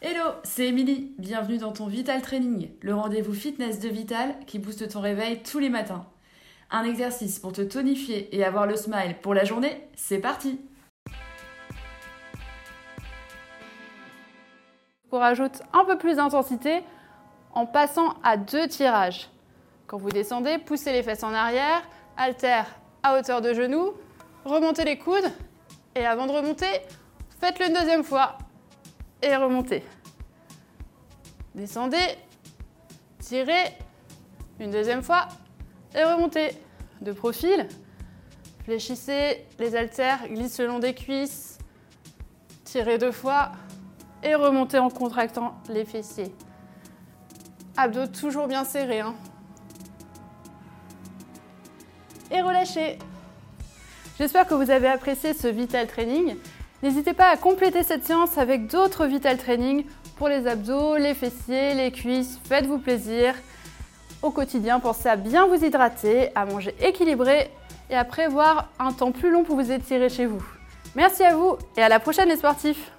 Hello, c'est Émilie. Bienvenue dans ton Vital Training, le rendez-vous fitness de Vital qui booste ton réveil tous les matins. Un exercice pour te tonifier et avoir le smile pour la journée, c'est parti! On rajoute un peu plus d'intensité en passant à 2 tirages. Quand vous descendez, poussez les fesses en arrière, haltère à hauteur de genou, remontez les coudes et avant de remonter, faites-le une deuxième fois et remontez. Descendez, tirez, une deuxième fois et remontez. De profil, fléchissez les haltères, glissez le long des cuisses, tirez 2 fois et remontez en contractant les fessiers. Abdos toujours bien serrés. Et relâchez. J'espère que vous avez apprécié ce Vital Training. N'hésitez pas à compléter cette séance avec d'autres Vital Training pour les abdos, les fessiers, les cuisses. Faites-vous plaisir. Au quotidien, pensez à bien vous hydrater, à manger équilibré et à prévoir un temps plus long pour vous étirer chez vous. Merci à vous et à la prochaine les sportifs.